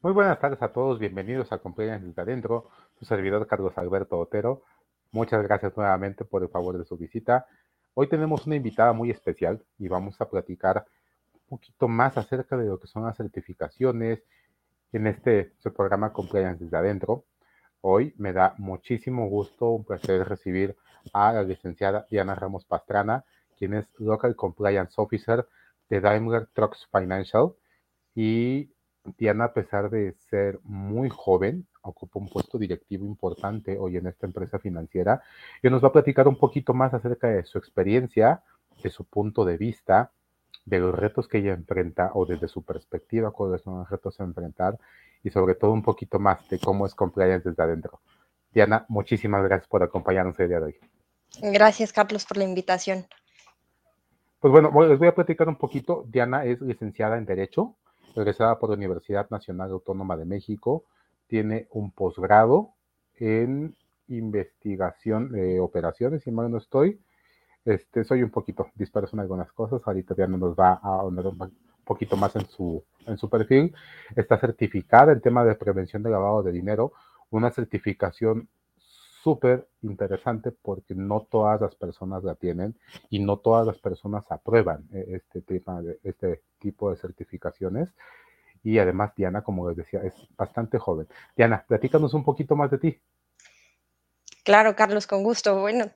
Muy buenas tardes a todos, bienvenidos a Compliance desde adentro, su servidor Carlos Alberto Otero. Muchas gracias nuevamente por el favor de su visita. Hoy tenemos una invitada muy especial y vamos a platicar un poquito más acerca de lo que son las certificaciones en este programa Compliance desde adentro. Hoy me da muchísimo gusto, un placer recibir a la licenciada Diana Ramos Pastrana, quien es Local Compliance Officer de Daimler Trucks Financial. Y Diana, a pesar de ser muy joven, ocupa un puesto directivo importante hoy en esta empresa financiera y nos va a platicar un poquito más acerca de su experiencia, de su punto de vista, de los retos que ella enfrenta o desde su perspectiva cuáles son los retos a enfrentar y sobre todo un poquito más de cómo es compliance desde adentro. Diana, muchísimas gracias por acompañarnos el día de hoy. Gracias, Carlos, por la invitación. Pues bueno, les voy a platicar un poquito. Diana es licenciada en Derecho, egresada por la Universidad Nacional Autónoma de México. Tiene un posgrado en investigación de operaciones, si mal no estoy. Soy un poquito disperso en algunas cosas. Ahorita Diana nos va a ahondar un poquito más en su perfil. Está certificada en tema de prevención de lavado de dinero, una certificación súper interesante porque no todas las personas la tienen y no todas las personas aprueban este tipo de certificaciones. Y además Diana, como les decía, es bastante joven. Diana, platícanos un poquito más de ti. Claro, Carlos, con gusto. Bueno,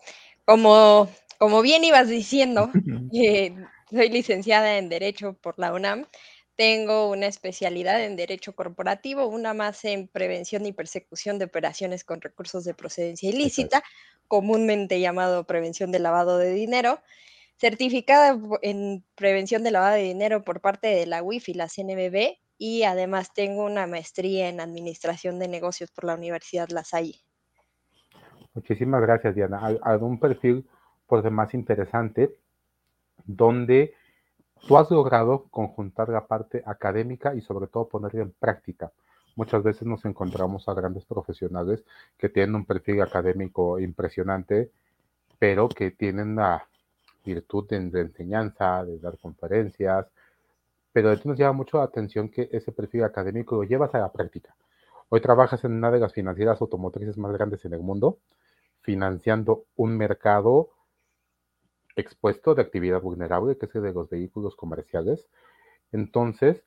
como bien ibas diciendo, soy licenciada en Derecho por la UNAM. Tengo una especialidad en Derecho Corporativo, una más en Prevención y Persecución de Operaciones con Recursos de Procedencia Eso es. Ilícita, comúnmente llamado Prevención del Lavado de Dinero, certificada en Prevención del Lavado de Dinero por parte de la UIF y la CNBB, y además tengo una maestría en Administración de Negocios por la Universidad La Salle. Muchísimas gracias, Diana. Un perfil por demás interesante donde tú has logrado conjuntar la parte académica y sobre todo ponerla en práctica. Muchas veces nos encontramos a grandes profesionales que tienen un perfil académico impresionante, pero que tienen la virtud de enseñanza, de dar conferencias, pero de ti nos llama mucho la atención que ese perfil académico lo llevas a la práctica. Hoy trabajas en una de las financieras automotrices más grandes en el mundo, financiando un mercado expuesto de actividad vulnerable, que es el de los vehículos comerciales. Entonces,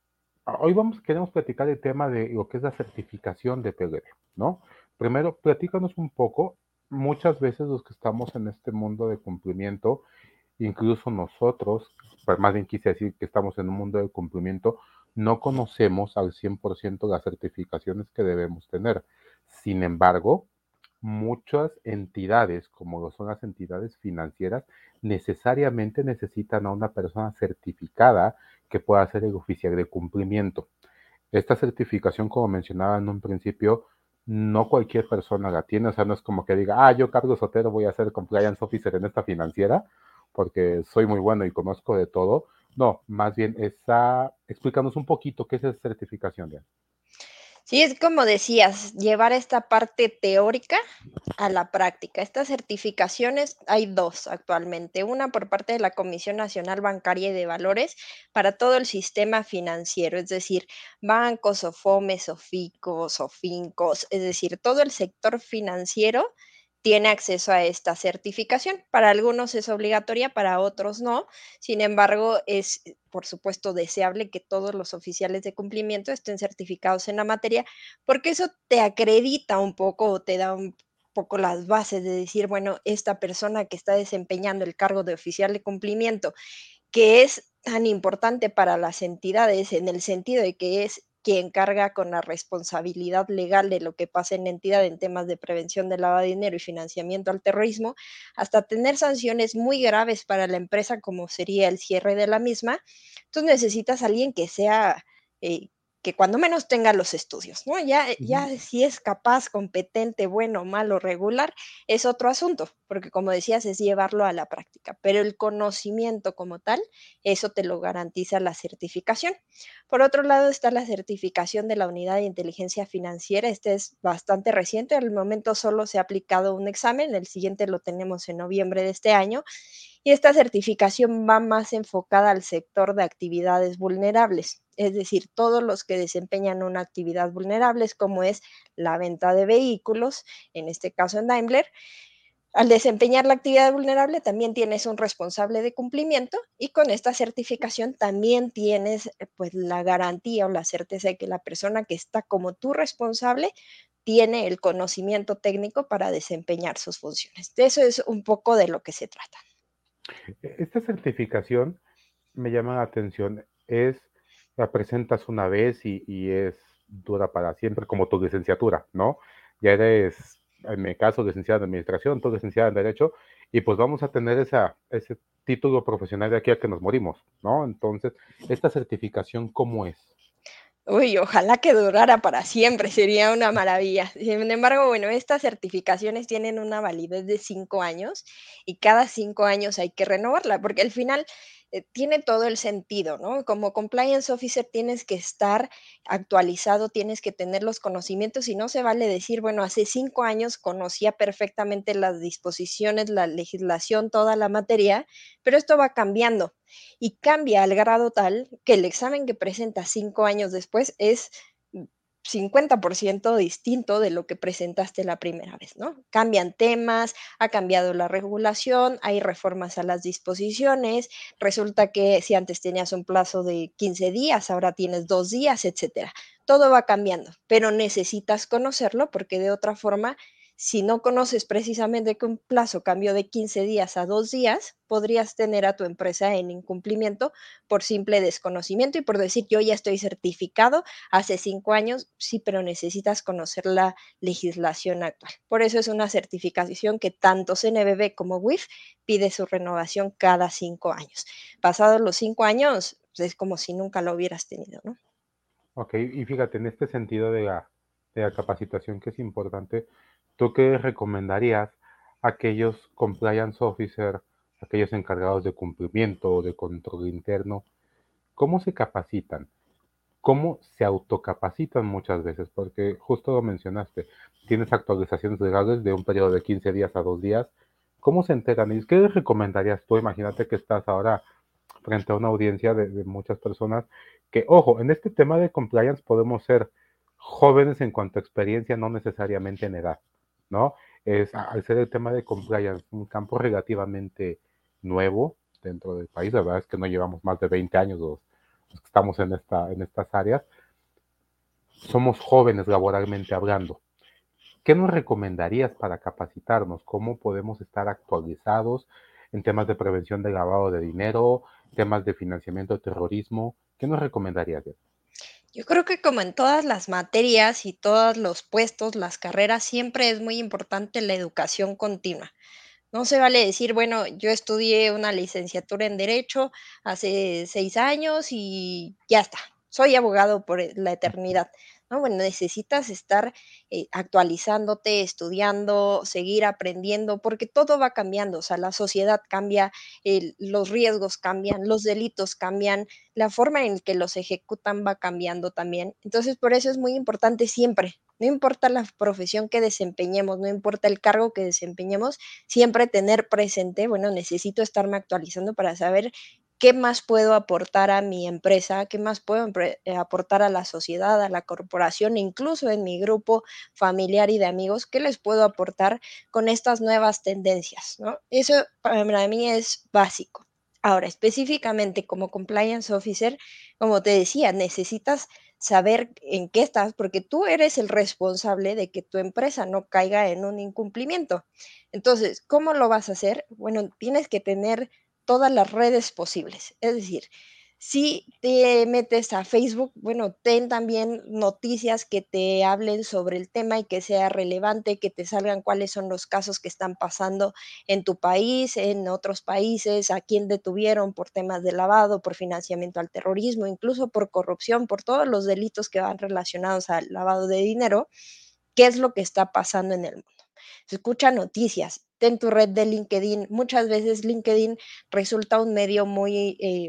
queremos platicar el tema de lo que es la certificación de PLD, ¿no? Primero, platícanos un poco. Muchas veces los que estamos en este mundo de cumplimiento, incluso nosotros, pues más bien quise decir que estamos en un mundo de cumplimiento, no conocemos al 100% las certificaciones que debemos tener. Sin embargo, muchas entidades, como lo son las entidades financieras, necesariamente necesitan a una persona certificada que pueda ser el oficial de cumplimiento. Esta certificación, como mencionaba en un principio, no cualquier persona la tiene, o sea, no es como que diga, yo Carlos Sotero voy a ser compliance officer en esta financiera, porque soy muy bueno y conozco de todo. No, más bien explícanos un poquito qué es esa certificación, Diana. Sí, es como decías, llevar esta parte teórica a la práctica. Estas certificaciones hay 2 actualmente, una por parte de la Comisión Nacional Bancaria y de Valores para todo el sistema financiero, es decir, bancos, SOFOMES, SOFICOS, SOFINCOS, es decir, todo el sector financiero tiene acceso a esta certificación. Para algunos es obligatoria, para otros no. Sin embargo, es, por supuesto, deseable que todos los oficiales de cumplimiento estén certificados en la materia, porque eso te acredita un poco o te da un poco las bases de decir, bueno, esta persona que está desempeñando el cargo de oficial de cumplimiento, que es tan importante para las entidades en el sentido de que es quien carga con la responsabilidad legal de lo que pasa en la entidad en temas de prevención del lavado de dinero y financiamiento al terrorismo, hasta tener sanciones muy graves para la empresa como sería el cierre de la misma. Entonces necesitas a alguien que sea eh, que cuando menos tenga los estudios, ¿no? Ya si es capaz, competente, bueno, malo, regular, es otro asunto, porque como decías, es llevarlo a la práctica, pero el conocimiento como tal, eso te lo garantiza la certificación. Por otro lado está la certificación de la Unidad de Inteligencia Financiera, este es bastante reciente, al momento solo se ha aplicado un examen, el siguiente lo tenemos en noviembre de este año, Y esta certificación va más enfocada al sector de actividades vulnerables, es decir, todos los que desempeñan una actividad vulnerable, como es la venta de vehículos, en este caso en Daimler. Al desempeñar la actividad vulnerable también tienes un responsable de cumplimiento y con esta certificación también tienes pues la garantía o la certeza de que la persona que está como tu responsable tiene el conocimiento técnico para desempeñar sus funciones. De eso es un poco de lo que se trata. Esta certificación me llama la atención, la presentas una vez y es dura para siempre, como tu licenciatura, ¿no? Ya eres, en mi caso, licenciada en administración, tú licenciada en derecho, y pues vamos a tener ese título profesional de aquí a que nos morimos, ¿no? Entonces, esta certificación, ¿cómo es? Uy, ojalá que durara para siempre, sería una maravilla. Sin embargo, bueno, estas certificaciones tienen una validez de 5 años y cada 5 años hay que renovarla, porque al final tiene todo el sentido, ¿no? Como compliance officer tienes que estar actualizado, tienes que tener los conocimientos y no se vale decir, bueno, hace 5 años conocía perfectamente las disposiciones, la legislación, toda la materia, pero esto va cambiando y cambia al grado tal que el examen que presenta 5 años después es 50% distinto de lo que presentaste la primera vez, ¿no? Cambian temas, ha cambiado la regulación, hay reformas a las disposiciones, resulta que si antes tenías un plazo de 15 días, ahora tienes 2 días, etcétera. Todo va cambiando, pero necesitas conocerlo porque de otra forma si no conoces precisamente que un plazo cambió de 15 días a 2 días, podrías tener a tu empresa en incumplimiento por simple desconocimiento y por decir, yo ya estoy certificado hace 5 años, sí, pero necesitas conocer la legislación actual. Por eso es una certificación que tanto CNBB como WIF pide su renovación cada 5 años. Pasados los 5 años, pues es como si nunca lo hubieras tenido, ¿no? Ok, y fíjate, en este sentido de la capacitación que es importante, ¿tú qué recomendarías a aquellos compliance officer, aquellos encargados de cumplimiento o de control interno? ¿Cómo se capacitan? ¿Cómo se autocapacitan muchas veces? Porque justo lo mencionaste, tienes actualizaciones legales de un periodo de 15 días a 2 días. ¿Cómo se enteran? ¿Y qué les recomendarías tú? Imagínate que estás ahora frente a una audiencia de muchas personas que, ojo, en este tema de compliance podemos ser jóvenes en cuanto a experiencia, no necesariamente en edad, ¿no? Al ser el tema de compliance un campo relativamente nuevo dentro del país, la verdad es que no llevamos más de 20 años los que estamos en estas áreas, somos jóvenes laboralmente hablando. ¿Qué nos recomendarías para capacitarnos? ¿Cómo podemos estar actualizados en temas de prevención de lavado de dinero, temas de financiamiento de terrorismo? ¿Qué nos recomendarías? Yo creo que como en todas las materias y todos los puestos, las carreras, siempre es muy importante la educación continua. No se vale decir, bueno, yo estudié una licenciatura en Derecho hace 6 años y ya está, soy abogado por la eternidad. No, bueno, necesitas estar actualizándote, estudiando, seguir aprendiendo, porque todo va cambiando, o sea, la sociedad cambia, los riesgos cambian, los delitos cambian, la forma en que los ejecutan va cambiando también. Entonces, por eso es muy importante siempre, no importa la profesión que desempeñemos, no importa el cargo que desempeñemos, siempre tener presente, bueno, necesito estarme actualizando para saber qué más puedo aportar a mi empresa, qué más puedo aportar a la sociedad, a la corporación, incluso en mi grupo familiar y de amigos, qué les puedo aportar con estas nuevas tendencias, ¿no? Eso para mí es básico. Ahora, específicamente como compliance officer, como te decía, necesitas saber en qué estás, porque tú eres el responsable de que tu empresa no caiga en un incumplimiento. Entonces, ¿cómo lo vas a hacer? Bueno, tienes que tener todas las redes posibles. Es decir, si te metes a Facebook, bueno, ten también noticias que te hablen sobre el tema y que sea relevante, que te salgan cuáles son los casos que están pasando en tu país, en otros países, a quién detuvieron por temas de lavado, por financiamiento al terrorismo, incluso por corrupción, por todos los delitos que van relacionados al lavado de dinero, qué es lo que está pasando en el mundo. Escucha noticias, ten tu red de LinkedIn. Muchas veces LinkedIn resulta un medio muy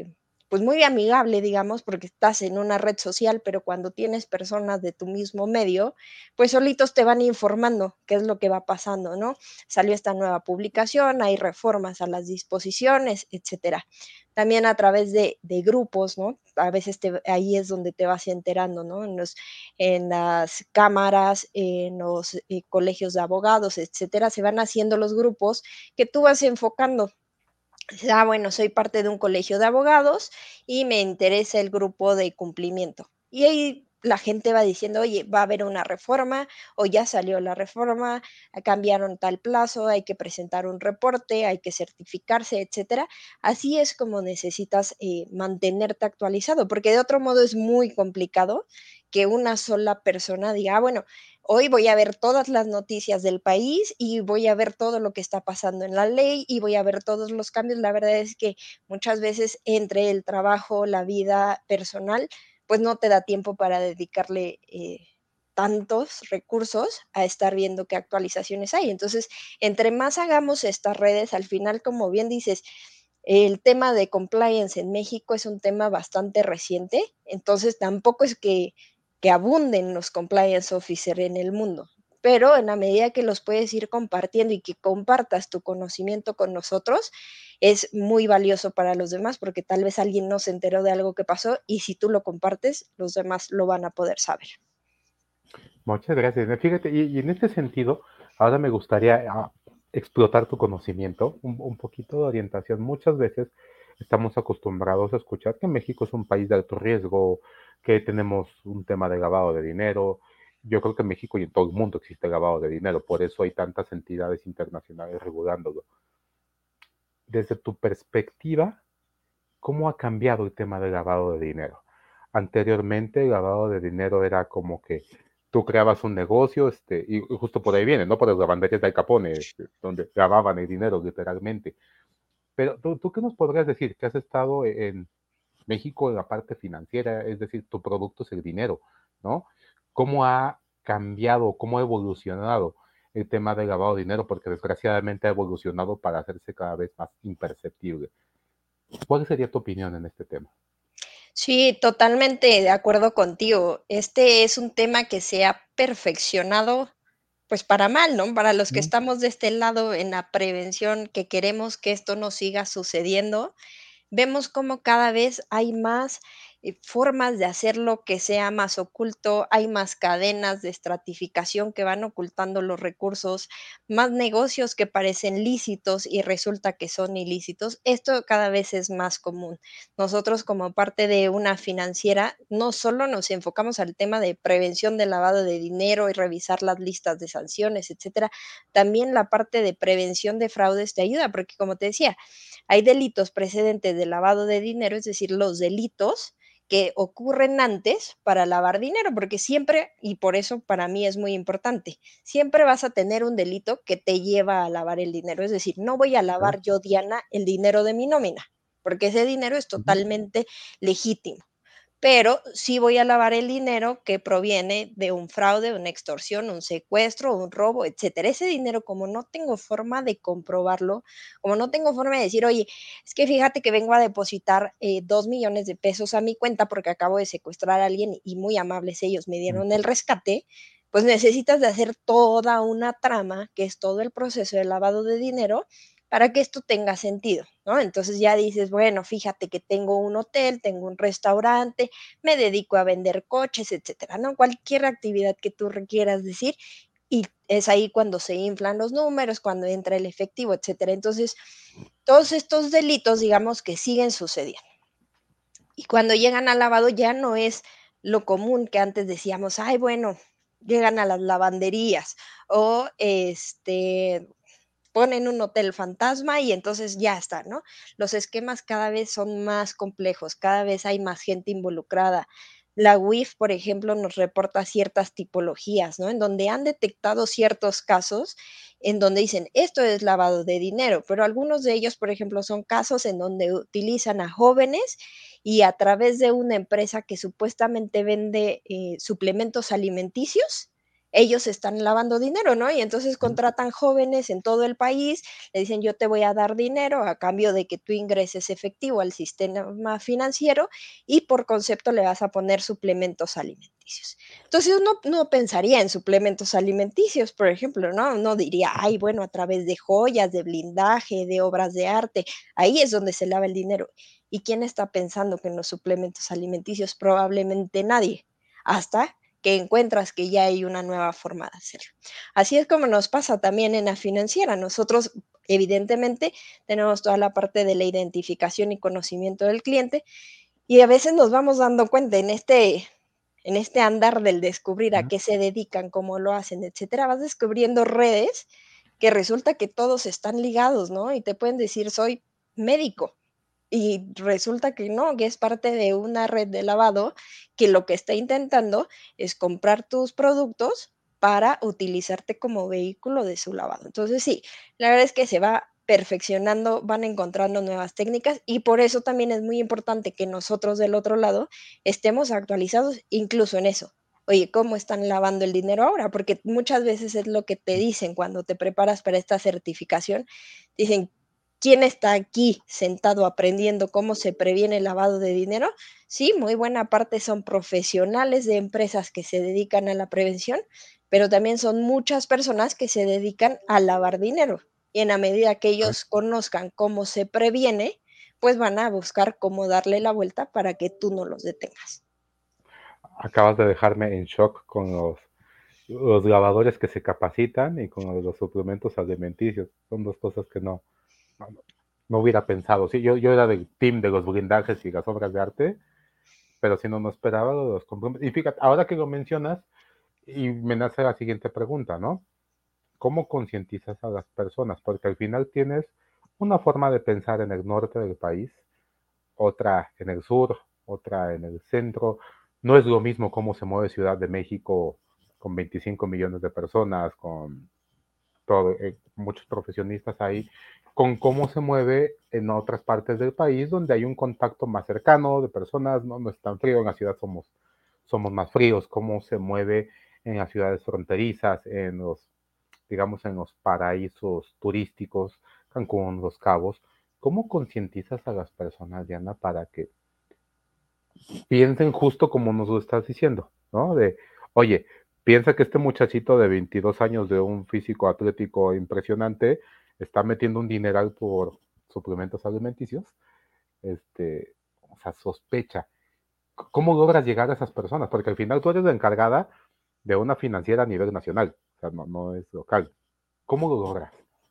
pues muy amigable, digamos, porque estás en una red social, pero cuando tienes personas de tu mismo medio, pues solitos te van informando qué es lo que va pasando, ¿no? Salió esta nueva publicación, hay reformas a las disposiciones, etcétera. También a través de grupos, ¿no? A veces ahí es donde te vas enterando, ¿no? En las cámaras, en los colegios de abogados, etcétera, se van haciendo los grupos que tú vas enfocando. Bueno, soy parte de un colegio de abogados y me interesa el grupo de cumplimiento. Y ahí la gente va diciendo, oye, va a haber una reforma o ya salió la reforma, cambiaron tal plazo, hay que presentar un reporte, hay que certificarse, etcétera. Así es como necesitas mantenerte actualizado, porque de otro modo es muy complicado que una sola persona diga, bueno, hoy voy a ver todas las noticias del país y voy a ver todo lo que está pasando en la ley y voy a ver todos los cambios. La verdad es que muchas veces entre el trabajo, la vida personal, pues no te da tiempo para dedicarle tantos recursos a estar viendo qué actualizaciones hay. Entonces, entre más hagamos estas redes, al final, como bien dices, el tema de compliance en México es un tema bastante reciente, entonces tampoco es que abunden los compliance officer en el mundo, pero en la medida que los puedes ir compartiendo y que compartas tu conocimiento con nosotros, es muy valioso para los demás porque tal vez alguien no se enteró de algo que pasó y si tú lo compartes, los demás lo van a poder saber. Muchas gracias. Fíjate, y en este sentido, ahora me gustaría explotar tu conocimiento, un poquito de orientación. Muchas veces estamos acostumbrados a escuchar que México es un país de alto riesgo, que tenemos un tema de lavado de dinero. Yo creo que en México y en todo el mundo existe lavado de dinero, por eso hay tantas entidades internacionales regulándolo. Desde tu perspectiva, ¿cómo ha cambiado el tema del lavado de dinero? Anteriormente, el lavado de dinero era como que tú creabas un negocio, y justo por ahí viene, ¿no? Por las lavanderías de Al Capone, donde lavaban el dinero literalmente. Pero ¿tú qué nos podrías decir? Que has estado en México en la parte financiera, es decir, tu producto es el dinero, ¿no? ¿Cómo ha cambiado, cómo ha evolucionado el tema del lavado de dinero? Porque desgraciadamente ha evolucionado para hacerse cada vez más imperceptible. ¿Cuál sería tu opinión en este tema? Sí, totalmente de acuerdo contigo. Este es un tema que se ha perfeccionado, pues para mal, ¿no? Para los que Mm, estamos de este lado en la prevención, que queremos que esto no siga sucediendo, vemos cómo cada vez hay más formas de hacerlo que sea más oculto, hay más cadenas de estratificación que van ocultando los recursos, más negocios que parecen lícitos y resulta que son ilícitos. Esto cada vez es más común. Nosotros como parte de una financiera no solo nos enfocamos al tema de prevención del lavado de dinero y revisar las listas de sanciones, etcétera, también la parte de prevención de fraudes te ayuda, porque como te decía, hay delitos precedentes de lavado de dinero, es decir, los delitos que ocurren antes para lavar dinero, porque siempre, y por eso para mí es muy importante, siempre vas a tener un delito que te lleva a lavar el dinero. Es decir, no voy a claro. lavar yo, Diana, el dinero de mi nómina, porque ese dinero es Ujú. totalmente legítimo, pero sí voy a lavar el dinero que proviene de un fraude, una extorsión, un secuestro, un robo, etcétera. Ese dinero, como no tengo forma de comprobarlo, como no tengo forma de decir, oye, es que fíjate que vengo a depositar 2 millones de pesos a mi cuenta porque acabo de secuestrar a alguien y muy amables ellos me Mm, dieron el rescate, pues necesitas de hacer toda una trama, que es todo el proceso de lavado de dinero, para que esto tenga sentido, ¿no? Entonces ya dices, bueno, fíjate que tengo un hotel, tengo un restaurante, me dedico a vender coches, etcétera, ¿no? Cualquier actividad que tú requieras decir, y es ahí cuando se inflan los números, cuando entra el efectivo, etcétera. Entonces, todos estos delitos, digamos que siguen sucediendo. Y cuando llegan al lavado ya no es lo común que antes decíamos, ay, bueno, llegan a las lavanderías o ponen un hotel fantasma y entonces ya está, ¿no? Los esquemas cada vez son más complejos, cada vez hay más gente involucrada. La UIF, por ejemplo, nos reporta ciertas tipologías, ¿no? En donde han detectado ciertos casos en donde dicen, esto es lavado de dinero, pero algunos de ellos, por ejemplo, son casos en donde utilizan a jóvenes y a través de una empresa que supuestamente vende suplementos alimenticios, ellos están lavando dinero, ¿no? Y entonces Ujú. contratan jóvenes en todo el país, le dicen, yo te voy a dar dinero a cambio de que tú ingreses efectivo al sistema financiero y por concepto le vas a poner suplementos alimenticios. Entonces uno no pensaría en suplementos alimenticios, por ejemplo, ¿no? Uno diría, ay, bueno, a través de joyas, de blindaje, de obras de arte, ahí es donde se lava el dinero. ¿Y quién está pensando que en los suplementos alimenticios? Probablemente nadie, hasta que encuentras que ya hay una nueva forma de hacerlo. Así es como nos pasa también en la financiera. Nosotros, evidentemente, tenemos toda la parte de la identificación y conocimiento del cliente y a veces nos vamos dando cuenta en este andar del descubrir a Ujú. qué se dedican, cómo lo hacen, etcétera, vas descubriendo redes que resulta que todos están ligados, ¿no? Y te pueden decir, soy médico, y resulta que no, que es parte de una red de lavado que lo que está intentando es comprar tus productos para utilizarte como vehículo de su lavado. Entonces, sí, la verdad es que se va perfeccionando, van encontrando nuevas técnicas y por eso también es muy importante que nosotros del otro lado estemos actualizados incluso en eso. Oye, ¿cómo están lavando el dinero ahora? Porque muchas veces es lo que te dicen cuando te preparas para esta certificación. Dicen, ¿quién está aquí sentado aprendiendo cómo se previene el lavado de dinero? Sí, muy buena parte son profesionales de empresas que se dedican a la prevención, pero también son muchas personas que se dedican a lavar dinero. Y en la medida que Ok. ellos conozcan cómo se previene, pues van a buscar cómo darle la vuelta para que tú no los detengas. Acabas de dejarme en shock con los lavadores que se capacitan y con los suplementos alimenticios. Son dos cosas que no, no hubiera pensado. Sí, yo era del team de los blindajes y las obras de arte, pero si no, no esperaba lo de los complementos. Y fíjate, ahora que lo mencionas, y me nace la siguiente pregunta, ¿no? ¿Cómo concientizas a las personas? Porque al final tienes una forma de pensar en el norte del país, otra en el sur, otra en el centro. No es lo mismo cómo se mueve Ciudad de México con 25 millones de personas, con todo, muchos profesionistas ahí, con cómo se mueve en otras partes del país donde hay un contacto más cercano de personas, no es tan frío, en la ciudad somos más fríos, cómo se mueve en las ciudades fronterizas, en los, digamos, en los paraísos turísticos, Cancún, Los Cabos. ¿Cómo concientizas a las personas, Diana, para que piensen justo como nos lo estás diciendo, ¿no? De, oye, piensa que este muchachito de 22 años de un físico atlético impresionante está metiendo un dineral por suplementos alimenticios, o sea, sospecha. ¿Cómo logras llegar a esas personas? Porque al final tú eres la encargada de una financiera a nivel nacional, o sea, no es local. ¿Cómo lo logras?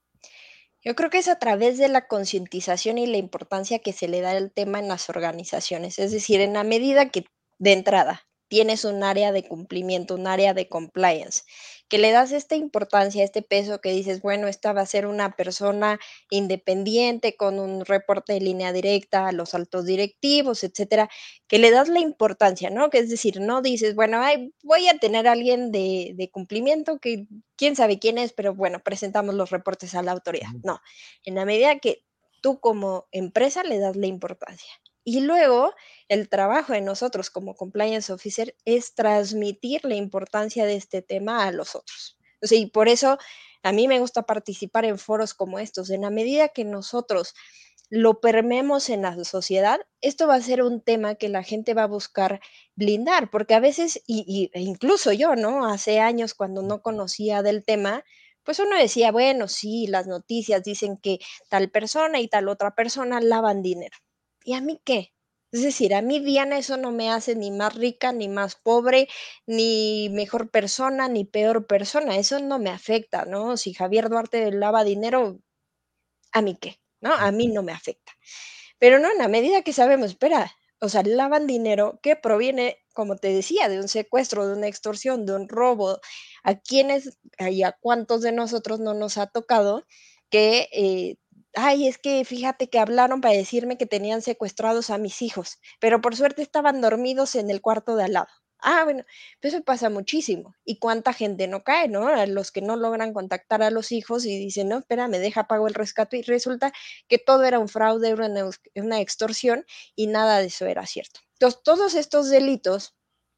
Yo creo que es a través de la concientización y la importancia que se le da al tema en las organizaciones. Es decir, en la medida que de entrada tienes un área de cumplimiento, un área de compliance, que le das esta importancia, este peso que dices, bueno, esta va a ser una persona independiente con un reporte de línea directa a los altos directivos, etcétera, que le das la importancia, ¿no? Que es decir, no dices, bueno, ay, voy a tener a alguien de cumplimiento que quién sabe quién es, pero bueno, presentamos los reportes a la autoridad. No, en la medida que tú como empresa le das la importancia. Y luego el trabajo de nosotros como compliance officer es transmitir la importancia de este tema a los otros. O sea, y por eso a mí me gusta participar en foros como estos. En la medida que nosotros lo permeemos en la sociedad, esto va a ser un tema que la gente va a buscar blindar, porque a veces, e incluso yo, ¿no? Hace años cuando no conocía del tema, pues uno decía, bueno, sí, las noticias dicen que tal persona y tal otra persona lavan dinero. ¿Y a mí qué? Es decir, a mí, Diana, eso no me hace ni más rica, ni más pobre, ni mejor persona, ni peor persona. Eso no me afecta, ¿no? Si Javier Duarte lava dinero, ¿a mí qué? ¿No? A mí no me afecta. Pero no, en la medida que sabemos, espera, o sea, lavan dinero que proviene, como te decía, de un secuestro, de una extorsión, de un robo. ¿A quiénes y a cuántos de nosotros no nos ha tocado que, ay, es que fíjate que hablaron para decirme que tenían secuestrados a mis hijos, pero por suerte estaban dormidos en el cuarto de al lado? Ah, bueno, pues eso pasa muchísimo. ¿Y cuánta gente no cae, no? A los que no logran contactar a los hijos y dicen, no, espera, me deja pago el rescate y resulta que todo era un fraude, era una extorsión y nada de eso era cierto. Entonces, todos estos delitos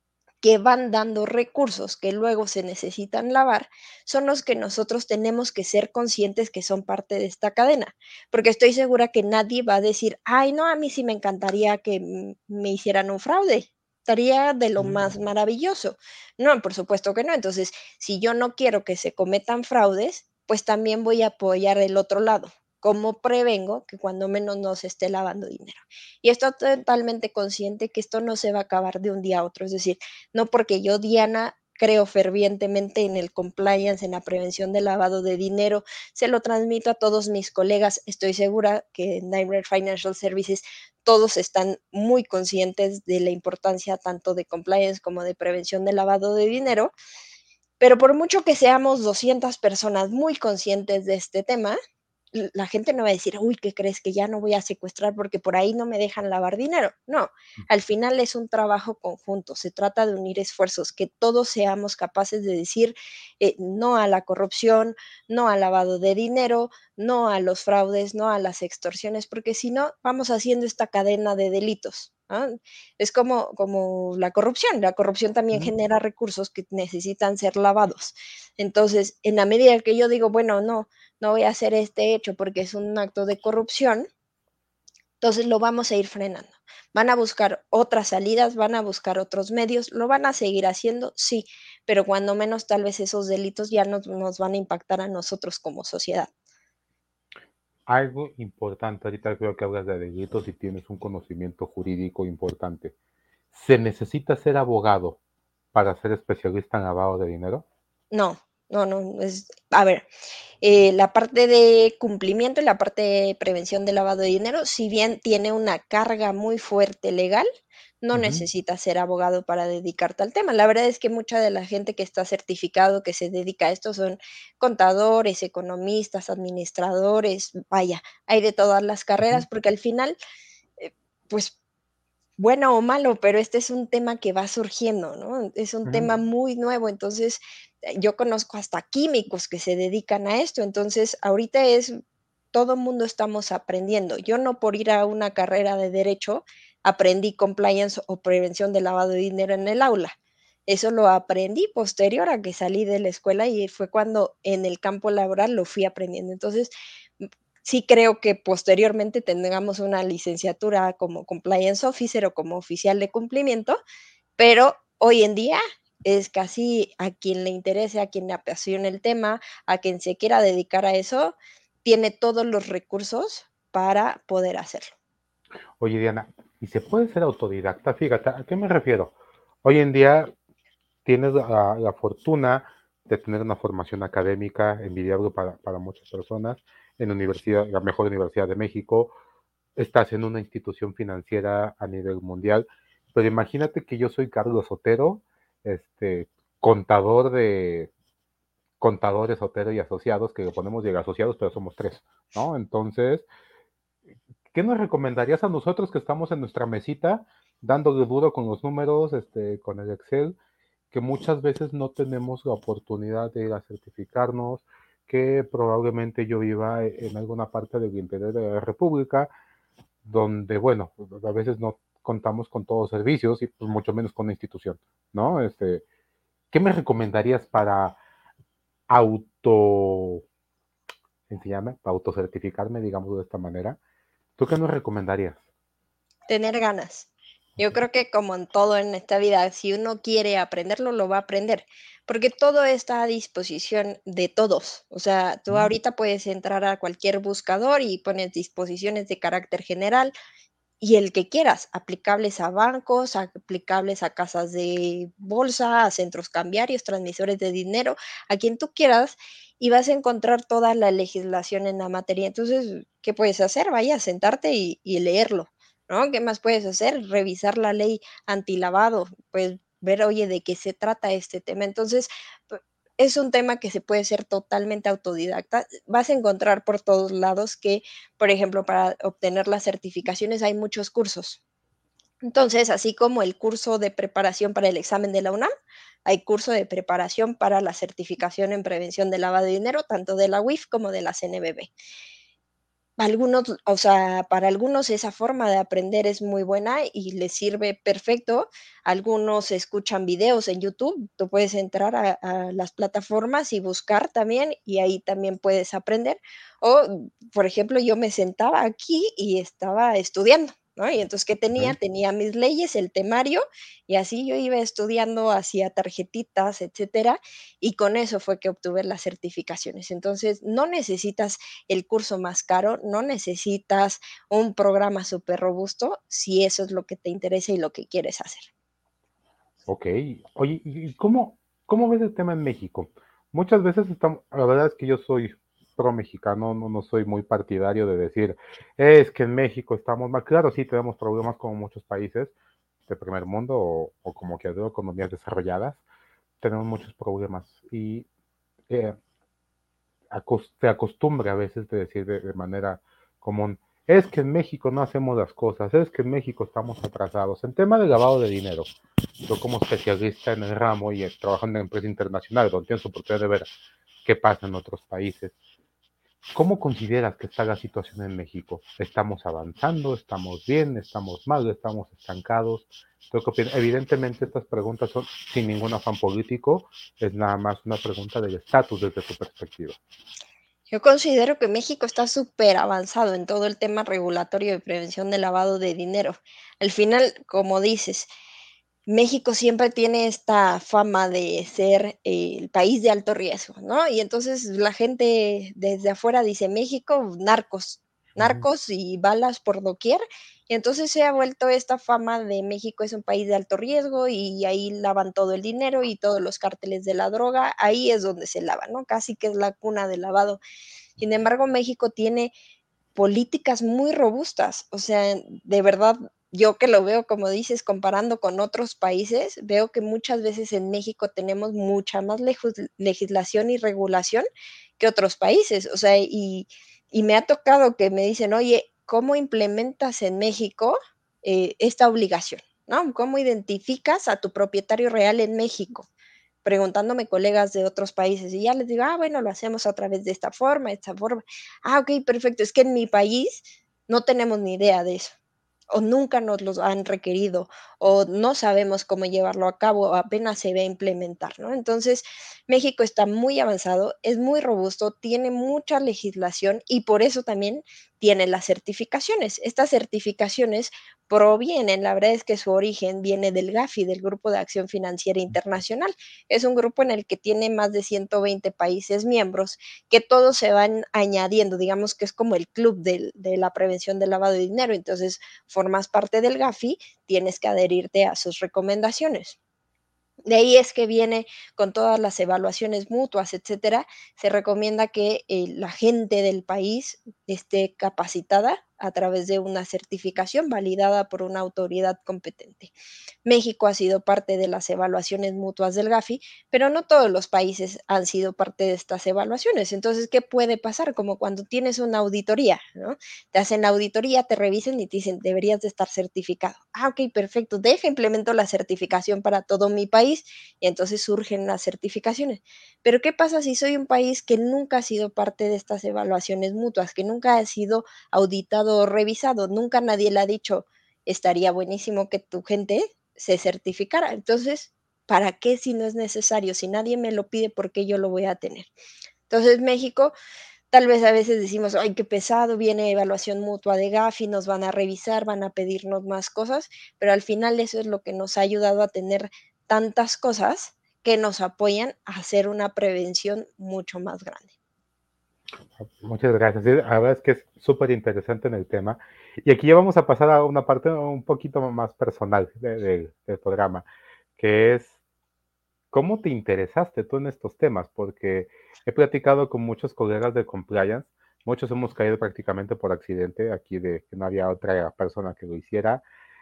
que van dando recursos que luego se necesitan lavar, son los que nosotros tenemos que ser conscientes que son parte de esta cadena, porque estoy segura que nadie va a decir: "Ay, no, a mí sí me encantaría que me hicieran un fraude, estaría de lo Mm, más maravilloso". No, por supuesto que no. Entonces, si yo no quiero que se cometan fraudes, pues también voy a apoyar el otro lado. ¿Cómo prevengo que cuando menos no se esté lavando dinero? Y estoy totalmente consciente que esto no se va a acabar de un día a otro. Es decir, no porque yo, Diana, creo fervientemente en el compliance, en la prevención del lavado de dinero, se lo transmito a todos mis colegas. Estoy segura que en Daimler Financial Services todos están muy conscientes de la importancia tanto de compliance como de prevención del lavado de dinero, pero por mucho que seamos 200 personas muy conscientes de este tema, la gente no va a decir: "Uy, ¿qué crees? Que ya no voy a secuestrar porque por ahí no me dejan lavar dinero". No, al final es un trabajo conjunto, se trata de unir esfuerzos, que todos seamos capaces de decir, no a la corrupción, no al lavado de dinero, no a los fraudes, no a las extorsiones, porque si no, vamos haciendo esta cadena de delitos, ¿ah? Es como la corrupción también mm. genera recursos que necesitan ser lavados. Entonces, en la medida que yo digo: "Bueno, no voy a hacer este hecho porque es un acto de corrupción", entonces lo vamos a ir frenando. Van a buscar otras salidas, van a buscar otros medios, lo van a seguir haciendo, sí, pero cuando menos tal vez esos delitos ya nos van a impactar a nosotros como sociedad. Algo importante, ahorita creo que hablas de delitos y tienes un conocimiento jurídico importante. ¿Se necesita ser abogado para ser especialista en lavado de dinero? No, no, es a ver, la parte de cumplimiento y la parte de prevención de lavado de dinero, si bien tiene una carga muy fuerte legal, no Ujú, necesitas ser abogado para dedicarte al tema. La verdad es que mucha de la gente que está certificado, que se dedica a esto, son contadores, economistas, administradores, vaya, hay de todas las ujú, carreras, porque al final, eh, pues bueno o malo, pero este es un tema que va surgiendo, ¿no? Es un ujú. tema muy nuevo, entonces, yo conozco hasta químicos que se dedican a esto, entonces, ahorita es todo mundo estamos aprendiendo. Yo no por ir a una carrera de derecho aprendí compliance o prevención de lavado de dinero en el aula. Eso lo aprendí posterior a que salí de la escuela y fue cuando en el campo laboral lo fui aprendiendo. Entonces, sí creo que posteriormente tengamos una licenciatura como compliance officer o como oficial de cumplimiento, pero hoy en día es casi a quien le interese, a quien le apasione el tema, a quien se quiera dedicar a eso, tiene todos los recursos para poder hacerlo. Oye, Diana, ¿y se puede ser autodidacta? Fíjate, ¿a qué me refiero? Hoy en día tienes la fortuna de tener una formación académica envidiable para muchas personas en universidad, la mejor universidad de México, estás en una institución financiera a nivel mundial, pero imagínate que yo soy Carlos Sotero, este, contador de contadores Sotero y asociados, que le ponemos de asociados, pero somos tres, ¿no? Entonces, ¿qué nos recomendarías a nosotros que estamos en nuestra mesita, dándole duro con los números, con el Excel, que muchas veces no tenemos la oportunidad de ir a certificarnos, que probablemente yo viva en alguna parte del interior de la República, donde, bueno, pues, a veces no contamos con todos los servicios y pues mucho menos con la institución, ¿no? ¿Qué me recomendarías para auto, enseñarme, para autocertificarme, digamos de esta manera? ¿Tú qué nos recomendarías? Tener ganas. Yo creo que como en todo en esta vida, si uno quiere aprenderlo, lo va a aprender, porque todo está a disposición de todos. O sea, tú Mm, ahorita puedes entrar a cualquier buscador y pones disposiciones de carácter general y el que quieras, aplicables a bancos, aplicables a casas de bolsa, a centros cambiarios, transmisores de dinero, a quien tú quieras, y vas a encontrar toda la legislación en la materia. Entonces, ¿qué puedes hacer? Vaya, sentarte y leerlo, ¿no? ¿Qué más puedes hacer? Revisar la ley antilavado, pues ver, oye, de qué se trata este tema. Entonces, pu- es un tema que se puede ser totalmente autodidacta. Vas a encontrar por todos lados que por ejemplo, para obtener las certificaciones hay muchos cursos. Entonces, así como el curso de preparación para el examen de la UNAM, hay curso de preparación para la certificación en prevención de lavado de dinero, tanto de la UIF como de la CNBB. algunos, o sea, para algunos esa forma de aprender es muy buena y les sirve perfecto. Algunos escuchan videos en YouTube. Tú puedes entrar a las plataformas y buscar también, y ahí también puedes aprender. O, por ejemplo, yo me sentaba aquí y estaba estudiando, ¿no? Y entonces, ¿qué tenía? Ok. Tenía mis leyes, el temario, y así yo iba estudiando, hacía tarjetitas, etcétera, y con eso fue que obtuve las certificaciones. Entonces, no necesitas el curso más caro, no necesitas un programa súper robusto si eso es lo que te interesa y lo que quieres hacer. Ok. Oye, ¿y cómo ves el tema en México? Muchas veces estamos, la verdad es que yo soy pro mexicano, no soy muy partidario de decir, es que en México estamos mal. Claro, sí, tenemos problemas como muchos países de primer mundo o como que de economías desarrolladas, tenemos muchos problemas y eh, se acostumbra a veces de decir de manera común, es que en México no hacemos las cosas, es que en México estamos atrasados. En tema de lavado de dinero, yo como especialista en el ramo y trabajando en empresa internacional, donde tienes oportunidad de ver qué pasa en otros países, ¿cómo consideras que está la situación en México? ¿Estamos avanzando? ¿Estamos bien? ¿Estamos mal? ¿Estamos estancados? Evidentemente estas preguntas son sin ningún afán político, es nada más una pregunta del estatus desde tu perspectiva. Yo considero que México está súper avanzado en todo el tema regulatorio de prevención de lavado de dinero. Al final, como dices, México siempre tiene esta fama de ser el país de alto riesgo, ¿no? Y entonces la gente desde afuera dice: "México, narcos, Ujú. narcos y balas por doquier". Y entonces se ha vuelto esta fama de México es un país de alto riesgo y ahí lavan todo el dinero y todos los cárteles de la droga, ahí es donde se lava, ¿no? Casi que es la cuna del lavado. Sin embargo, México tiene políticas muy robustas. O sea, de verdad, yo que lo veo, como dices, comparando con otros países, veo que muchas veces en México tenemos mucha más legislación y regulación que otros países. O sea, y me ha tocado que me dicen, oye, ¿cómo implementas en México esta obligación? ¿No? ¿Cómo identificas a tu propietario real en México? Preguntándome colegas de otros países y ya les digo, bueno, lo hacemos a través de esta forma, esta forma. Ok, perfecto. Es que en mi país no tenemos ni idea de eso, o nunca nos los han requerido, o no sabemos cómo llevarlo a cabo, o apenas se va a implementar, ¿no? Entonces, México está muy avanzado, es muy robusto, tiene mucha legislación y por eso también tiene las certificaciones. Estas certificaciones provienen, la verdad es que su origen viene del GAFI, del Grupo de Acción Financiera Internacional. Es un grupo en el que tiene más de 120 países miembros que todos se van añadiendo, digamos que es como el club de la prevención del lavado de dinero. Entonces, formas parte del GAFI, tienes que adherirte a sus recomendaciones. De ahí es que viene con todas las evaluaciones mutuas, etcétera. Se recomienda que la gente del país esté capacitada a través de una certificación validada por una autoridad competente. México ha sido parte de las evaluaciones mutuas del GAFI, pero no todos los países han sido parte de estas evaluaciones. Entonces, ¿qué puede pasar? Como cuando tienes una auditoría, ¿no? Te hacen la auditoría, te revisen y te dicen, deberías de estar certificado. Ok, perfecto, implemento la certificación para todo mi país y entonces surgen las certificaciones. Pero ¿qué pasa si soy un país que nunca ha sido parte de estas evaluaciones mutuas, que nunca ha sido auditado o revisado? Nunca nadie le ha dicho, estaría buenísimo que tu gente se certificara. Entonces, ¿para qué si no es necesario? Si nadie me lo pide, ¿por qué yo lo voy a tener? Entonces, México, tal vez a veces decimos, ay, qué pesado, viene evaluación mutua de GAFI, nos van a revisar, van a pedirnos más cosas, pero al final eso es lo que nos ha ayudado a tener tantas cosas que nos apoyan a hacer una prevención mucho más grande. Muchas gracias. Sí, la verdad es que es súper interesante en el tema. Y aquí ya vamos a pasar a una parte un poquito más personal del programa, que es cómo te interesaste tú en estos temas, porque he platicado con muchos colegas de compliance, muchos hemos caído prácticamente por accidente, aquí de que no había otra persona que lo hiciera,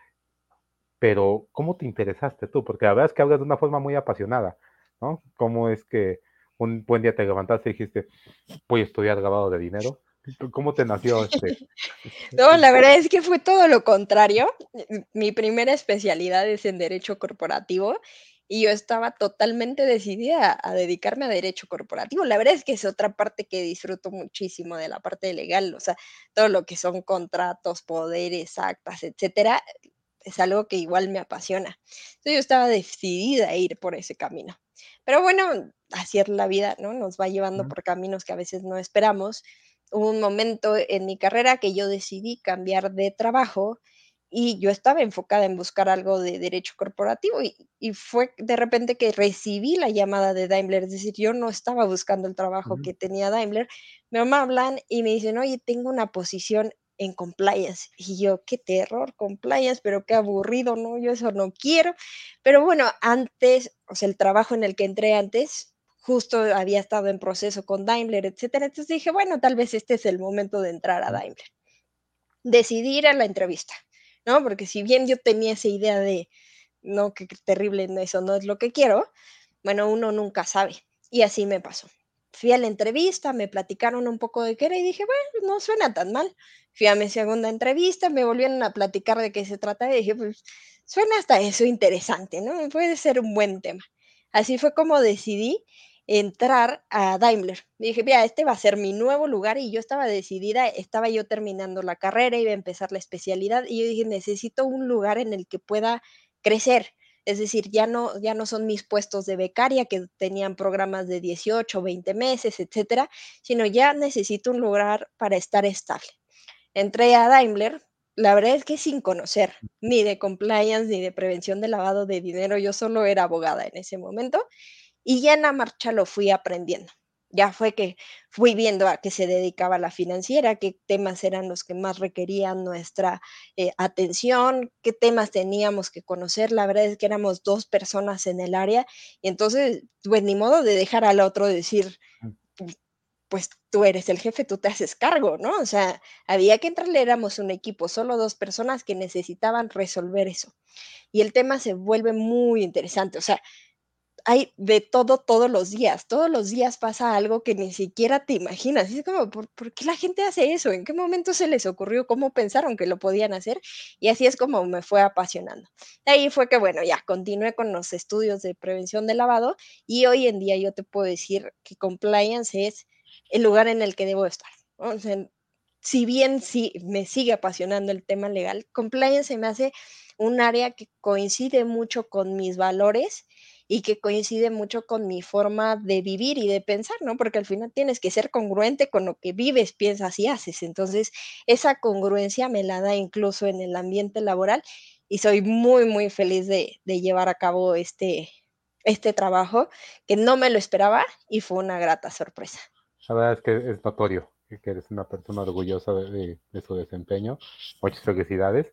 pero ¿cómo te interesaste tú? Porque la verdad es que hablas de una forma muy apasionada, ¿no? ¿Cómo es que un buen día te levantaste y dijiste, voy a estudiar lavado de dinero? ¿Cómo te nació No, la verdad es que fue todo lo contrario. Mi primera especialidad es en derecho corporativo y yo estaba totalmente decidida a dedicarme a derecho corporativo. La verdad es que es otra parte que disfruto muchísimo de la parte legal, o sea, todo lo que son contratos, poderes, actas, etcétera, es algo que igual me apasiona. Entonces, yo estaba decidida a ir por ese camino. Pero bueno, así es la vida, ¿no? Nos va llevando Ujú, por caminos que a veces no esperamos. Hubo un momento en mi carrera que yo decidí cambiar de trabajo y yo estaba enfocada en buscar algo de derecho corporativo y fue de repente que recibí la llamada de Daimler, es decir, yo no estaba buscando el trabajo ujú, que tenía Daimler, me hablan y me dicen: "Oye, tengo una posición en compliance", y yo: "Qué terror, compliance, pero qué aburrido, no, yo eso no quiero". Pero bueno, antes, o sea, el trabajo en el que entré antes, justo había estado en proceso con Daimler, etcétera. Entonces dije: "Bueno, tal vez este es el momento de entrar a ujú, Daimler". Decidí ir a la entrevista, ¿no? Porque si bien yo tenía esa idea de: "No, qué terrible, no, eso no es lo que quiero", bueno, uno nunca sabe, y así me pasó. Fui a la entrevista, me platicaron un poco de qué era y dije: "Bueno, no suena tan mal". Fui a mi segunda entrevista, me volvieron a platicar de qué se trataba y dije: "Pues, suena hasta eso interesante, ¿no? Puede ser un buen tema". Así fue como decidí entrar a Daimler. Dije: "Mira, este va a ser mi nuevo lugar", y yo estaba decidida, estaba yo terminando la carrera, iba a empezar la especialidad, y yo dije: "Necesito un lugar en el que pueda crecer". Es decir, ya no son mis puestos de becaria que tenían programas de 18, 20 meses, etcétera, sino ya necesito un lugar para estar estable. Entré a Daimler, la verdad es que sin conocer ni de compliance, ni de prevención de lavado de dinero, yo solo era abogada en ese momento, y ya en la marcha lo fui aprendiendo. Ya fue que fui viendo a qué se dedicaba la financiera, qué temas eran los que más requerían nuestra atención, qué temas teníamos que conocer. La verdad es que éramos 2 personas en el área, y entonces, pues, ni modo de dejar al otro decir, ujú. pues, tú eres el jefe, tú te haces cargo, ¿no? O sea, había que entrarle, éramos un equipo, solo 2 personas que necesitaban resolver eso. Y el tema se vuelve muy interesante, o sea, hay de todo todos los días pasa algo que ni siquiera te imaginas. Y es como, ¿por qué la gente hace eso? ¿En qué momento se les ocurrió? ¿Cómo pensaron que lo podían hacer? Y así es como me fue apasionando. De ahí fue que, bueno, ya continué con los estudios de prevención de lavado y hoy en día yo te puedo decir que compliance es el lugar en el que debo estar, ¿no? O sea, si bien sí me sigue apasionando el tema legal, compliance se me hace un área que coincide mucho con mis valores y que coincide mucho con mi forma de vivir y de pensar, ¿no? Porque al final tienes que ser congruente con lo que vives, piensas y haces. Entonces, esa congruencia me la da incluso en el ambiente laboral y soy muy, muy feliz de llevar a cabo este trabajo que no me lo esperaba y fue una grata sorpresa. La verdad es que es notorio que eres una persona orgullosa de su desempeño. Muchas felicidades.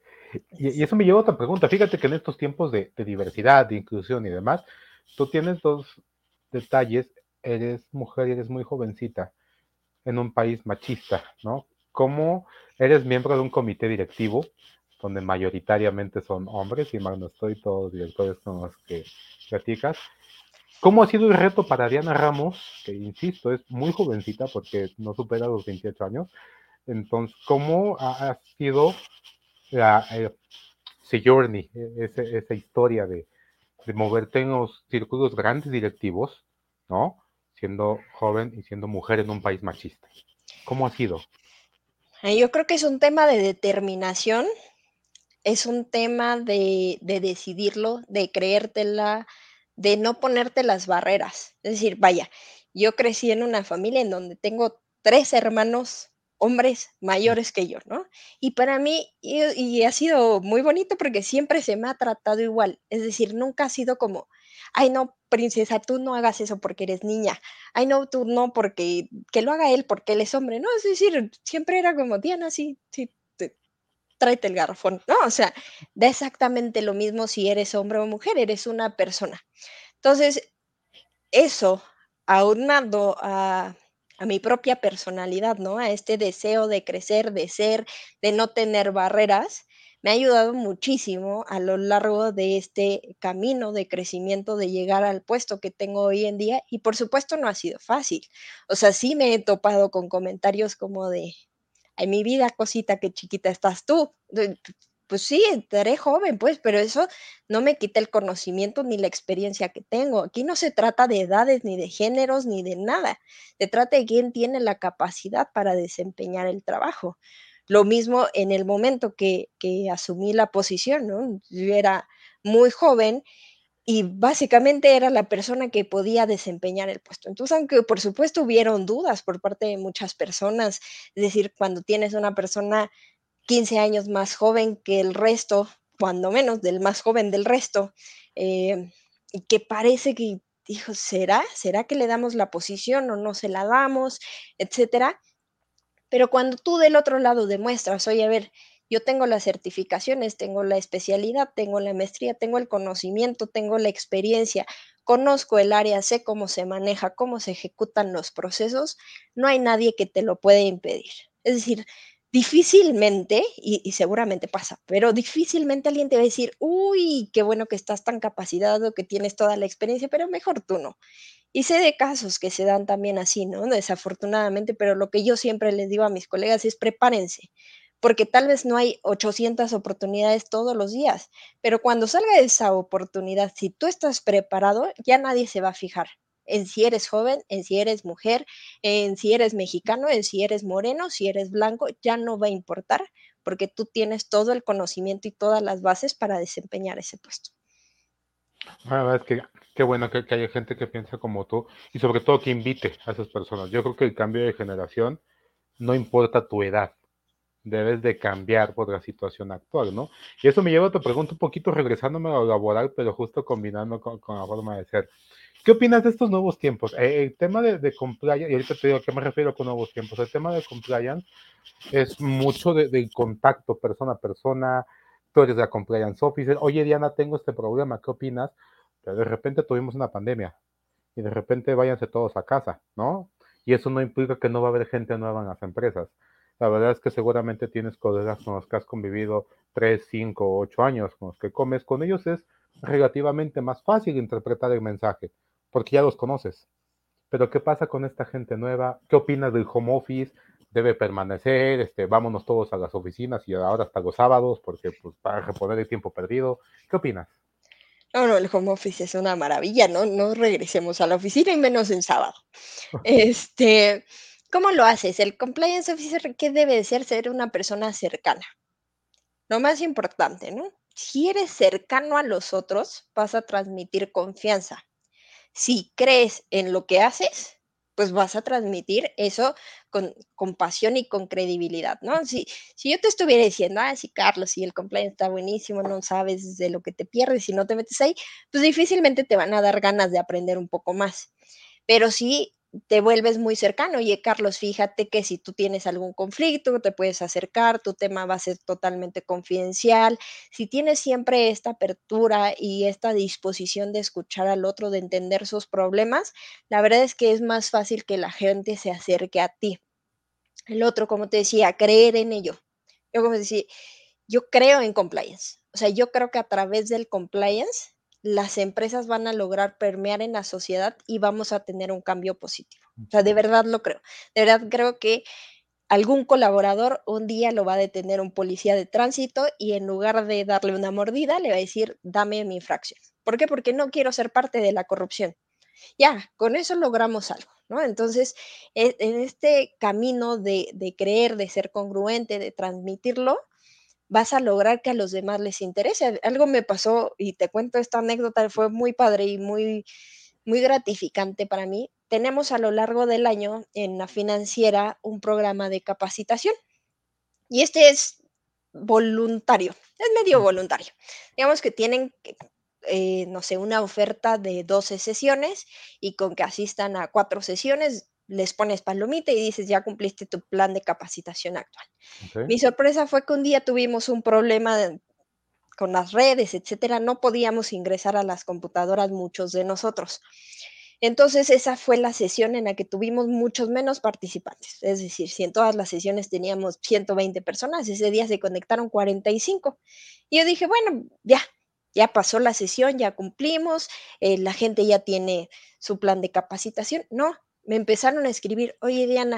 Y eso me lleva a otra pregunta. Fíjate que en estos tiempos de diversidad, de inclusión y demás, tú tienes dos detalles. Eres mujer y eres muy jovencita en un país machista, ¿no? ¿Cómo eres miembro de un comité directivo donde mayoritariamente son hombres, y mal no estoy, todos directores con los que platicas? ¿Cómo ha sido el reto para Diana Ramos, que insisto, es muy jovencita porque no supera los 28 años? Entonces, ¿cómo ha sido la journey, esa historia de moverte en los círculos grandes directivos, ¿no? Siendo joven y siendo mujer en un país machista. ¿Cómo ha sido? Yo creo que es un tema de determinación, es un tema de decidirlo, de creértela, de no ponerte las barreras. Es decir, vaya, yo crecí en una familia en donde tengo 3 hermanos hombres mayores que yo, ¿no? Y para mí, y ha sido muy bonito porque siempre se me ha tratado igual. Es decir, nunca ha sido como: "Ay, no, princesa, tú no hagas eso porque eres niña. Ay, no, tú no, porque que lo haga él porque él es hombre", ¿no? Es decir, siempre era como: "Diana, sí, sí, tráete el garrafón", ¿no? O sea, da exactamente lo mismo si eres hombre o mujer, eres una persona. Entonces, eso, aunado a mi propia personalidad, ¿no? A este deseo de crecer, de ser, de no tener barreras, me ha ayudado muchísimo a lo largo de este camino de crecimiento, de llegar al puesto que tengo hoy en día, y por supuesto no ha sido fácil. O sea, sí me he topado con comentarios como de: "Ay, mi vida, cosita, qué chiquita estás tú". pues sí, estaré joven, pues, pero eso no me quita el conocimiento ni la experiencia que tengo. Aquí no se trata de edades, ni de géneros, ni de nada. Se trata de quién tiene la capacidad para desempeñar el trabajo. Lo mismo en el momento que asumí la posición, ¿no? Yo era muy joven y básicamente era la persona que podía desempeñar el puesto. Entonces, aunque por supuesto hubieron dudas por parte de muchas personas, es decir, cuando tienes una persona 15 años más joven que el resto, cuando menos del más joven del resto, y que parece que dijo, ¿será que le damos la posición o no se la damos? Etcétera. Pero cuando tú del otro lado demuestras, oye, a ver, yo tengo las certificaciones, tengo la especialidad, tengo la maestría, tengo el conocimiento, tengo la experiencia, conozco el área, sé cómo se maneja, cómo se ejecutan los procesos, no hay nadie que te lo pueda impedir. Es decir, difícilmente, y seguramente pasa, pero difícilmente alguien te va a decir, uy, qué bueno que estás tan capacitado, que tienes toda la experiencia, pero mejor tú no. Y sé de casos que se dan también así, ¿no? Desafortunadamente, pero lo que yo siempre les digo a mis colegas es prepárense, porque tal vez no hay 800 oportunidades todos los días, pero cuando salga esa oportunidad, si tú estás preparado, ya nadie se va a fijar en si eres joven, en si eres mujer, en si eres mexicano, en si eres moreno, si eres blanco, ya no va a importar, porque tú tienes todo el conocimiento y todas las bases para desempeñar ese puesto. La verdad es que qué bueno que haya gente que piensa como tú y sobre todo que invite a esas personas. Yo creo que el cambio de generación no importa tu edad, debes de cambiar por la situación actual, ¿no? Y eso me lleva a tu pregunta un poquito regresándome a lo laboral, pero justo combinando con la forma de ser. ¿Qué opinas de estos nuevos tiempos? El tema de compliance, y ahorita te digo a qué me refiero con nuevos tiempos, el tema de compliance es mucho del contacto persona a persona, tú eres la compliance officer, oye Diana, tengo este problema, ¿qué opinas? Pero de repente tuvimos una pandemia y de repente váyanse todos a casa, ¿no? Y eso no implica que no va a haber gente nueva en las empresas. La verdad es que seguramente tienes colegas con los que has convivido 3, 5, 8 años, con los que comes, con ellos es relativamente más fácil interpretar el mensaje, porque ya los conoces. Pero ¿qué pasa con esta gente nueva? ¿Qué opinas del home office? ¿Debe permanecer? Vámonos todos a las oficinas y ahora hasta los sábados, porque pues para reponer el tiempo perdido. ¿Qué opinas? No, no, el home office es una maravilla, no regresemos a la oficina y menos en sábado. Este, ¿Cómo lo haces? El compliance officer, ¿qué debe de ser? Ser una persona cercana. Lo más importante, ¿no? Si eres cercano a los otros, vas a transmitir confianza. Si crees en lo que haces, pues vas a transmitir eso con pasión y con credibilidad, ¿no? Si yo te estuviera diciendo, sí, Carlos, si el compliance está buenísimo, no sabes de lo que te pierdes si no te metes ahí, pues difícilmente te van a dar ganas de aprender un poco más. Pero sí te vuelves muy cercano. Oye, Carlos, fíjate que si tú tienes algún conflicto, te puedes acercar, tu tema va a ser totalmente confidencial. Si tienes siempre esta apertura y esta disposición de escuchar al otro, de entender sus problemas, la verdad es que es más fácil que la gente se acerque a ti. El otro, como te decía, creer en ello. Yo como decía, yo creo en compliance. O sea, yo creo que a través del compliance las empresas van a lograr permear en la sociedad y vamos a tener un cambio positivo. O sea, de verdad lo creo. De verdad creo que algún colaborador un día lo va a detener un policía de tránsito y en lugar de darle una mordida, le va a decir, dame mi infracción. ¿Por qué? Porque no quiero ser parte de la corrupción. Ya, con eso logramos algo, ¿no? Entonces, en este camino de creer, de ser congruente, de transmitirlo, vas a lograr que a los demás les interese. Algo me pasó y te cuento esta anécdota, fue muy padre y muy gratificante para mí. Tenemos a lo largo del año en la financiera un programa de capacitación y este es voluntario, es medio voluntario. Digamos que tienen, no sé, una oferta de 12 sesiones y con que asistan a 4 sesiones les pones palomita y dices, ya cumpliste tu plan de capacitación actual. Okay. Mi sorpresa fue que un día tuvimos un problema con las redes, etcétera, no podíamos ingresar a las computadoras muchos de nosotros. Entonces, esa fue la sesión en la que tuvimos muchos menos participantes. Es decir, si en todas las sesiones teníamos 120 personas, ese día se conectaron 45. Y yo dije, bueno, ya pasó la sesión, ya cumplimos, la gente ya tiene su plan de capacitación. No, me empezaron a escribir, oye Diana,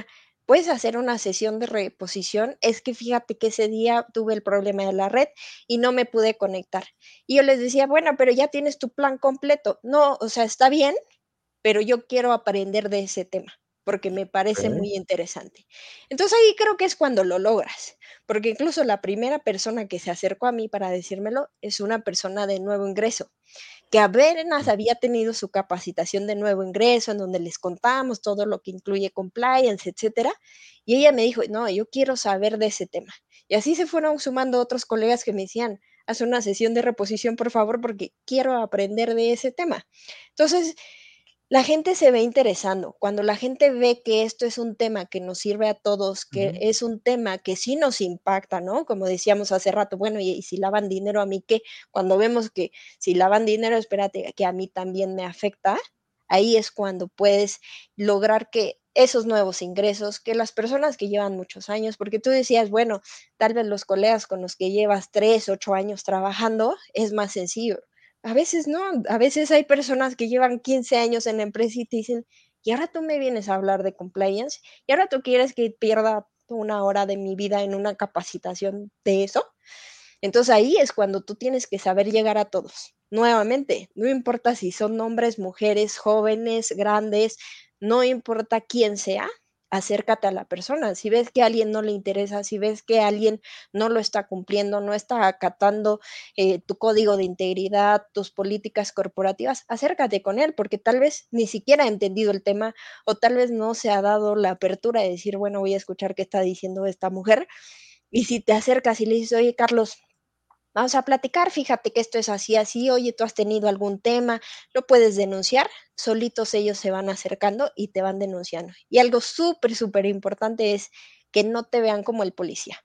puedes hacer una sesión de reposición, es que fíjate que ese día tuve el problema de la red y no me pude conectar. Y yo les decía, bueno, pero ya tienes tu plan completo. No, o sea, está bien, pero yo quiero aprender de ese tema, porque me parece Okey, muy interesante. Entonces ahí creo que es cuando lo logras, porque incluso la primera persona que se acercó a mí para decírmelo es una persona de nuevo ingreso, que apenas había tenido su capacitación de nuevo ingreso, en donde les contamos todo lo que incluye compliance, etcétera, y ella me dijo: "No, yo quiero saber de ese tema". Y así se fueron sumando otros colegas que me decían: "Haz una sesión de reposición, por favor, porque quiero aprender de ese tema". Entonces, la gente se ve interesando. Cuando la gente ve que esto es un tema que nos sirve a todos, que ujú. es un tema que sí nos impacta, ¿no? Como decíamos hace rato, bueno, y si lavan dinero, ¿a mí qué? Cuando vemos que si lavan dinero, espérate, que a mí también me afecta, ahí es cuando puedes lograr que esos nuevos ingresos, que las personas que llevan muchos años, porque tú decías, bueno, tal vez los colegas con los que llevas 3, 8 años trabajando, es más sencillo. A veces no, a veces hay personas que llevan 15 años en la empresa y te dicen: "Y ahora tú me vienes a hablar de compliance, y ahora tú quieres que pierda una hora de mi vida en una capacitación de eso". Entonces, ahí es cuando tú tienes que saber llegar a todos. Nuevamente, no importa si son hombres, mujeres, jóvenes, grandes, no importa quién sea, acércate a la persona. Si ves que a alguien no le interesa, si ves que alguien no lo está cumpliendo, no está acatando tu código de integridad, tus políticas corporativas, acércate con él, porque tal vez ni siquiera ha entendido el tema o tal vez no se ha dado la apertura de decir, bueno, voy a escuchar qué está diciendo esta mujer. Y si te acercas y le dices, oye, Carlos, vamos a platicar, fíjate que esto es así, así, oye, tú has tenido algún tema, lo puedes denunciar, solitos ellos se van acercando y te van denunciando. Y algo súper, súper importante es que no te vean como el policía.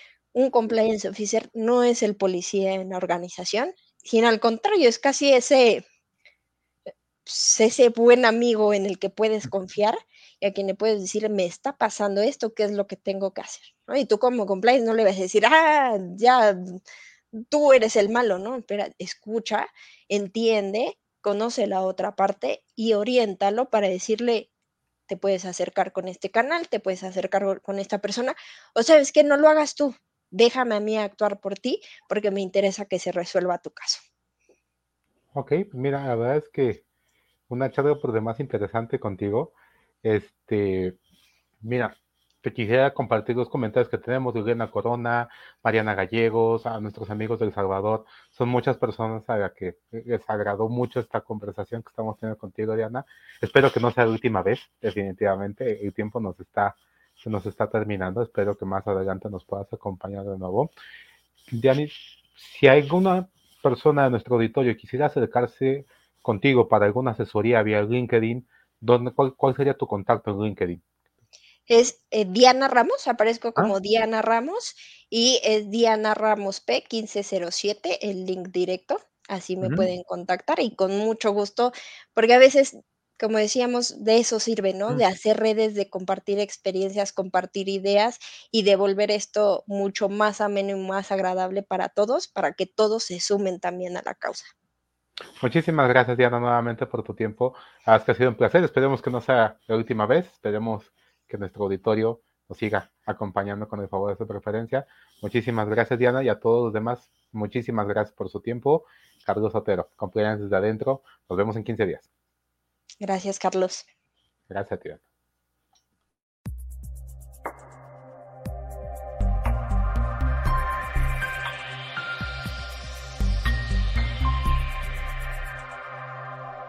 Un compliance officer no es el policía en la organización, sino al contrario, es casi ese buen amigo en el que puedes confiar y a quien le puedes decir, me está pasando esto, ¿qué es lo que tengo que hacer? ¿No? Y tú como compliance no le vas a decir, ya tú eres el malo, ¿no? Espera, escucha, entiende, conoce la otra parte y oriéntalo para decirle, te puedes acercar con este canal, te puedes acercar con esta persona, o sabes que no lo hagas tú, déjame a mí actuar por ti porque me interesa que se resuelva tu caso. Okey, pues mira, la verdad es que una charla por demás interesante contigo. Este, Mira, te quisiera compartir los comentarios que tenemos de Elena Corona, Mariana Gallegos, a nuestros amigos de El Salvador. Son muchas personas a las que les agradó mucho esta conversación que estamos teniendo contigo, Diana. Espero que no sea la última vez, definitivamente. El tiempo se nos está terminando. Espero que más adelante nos puedas acompañar de nuevo. Diana, si alguna persona de nuestro auditorio quisiera acercarse contigo para alguna asesoría vía LinkedIn, ¿cuál sería tu contacto en LinkedIn? Es, Diana Ramos, aparezco Ah, como Diana Ramos y es Diana Ramos P 1507, el link directo, así me ujú. pueden contactar y con mucho gusto, porque a veces, como decíamos, de eso sirve, ¿no? Mm. De hacer redes, de compartir experiencias, compartir ideas y de volver esto mucho más ameno y más agradable para todos, para que todos se sumen también a la causa. Muchísimas gracias, Diana, nuevamente por tu tiempo. Es que ha sido un placer. Esperemos que no sea la última vez. Esperemos que nuestro auditorio nos siga acompañando con el favor de su preferencia. Muchísimas gracias, Diana, y a todos los demás, muchísimas gracias por su tiempo. Carlos Otero, Compliance desde adentro. Nos vemos en 15 días. Gracias, Carlos. Gracias, Diana.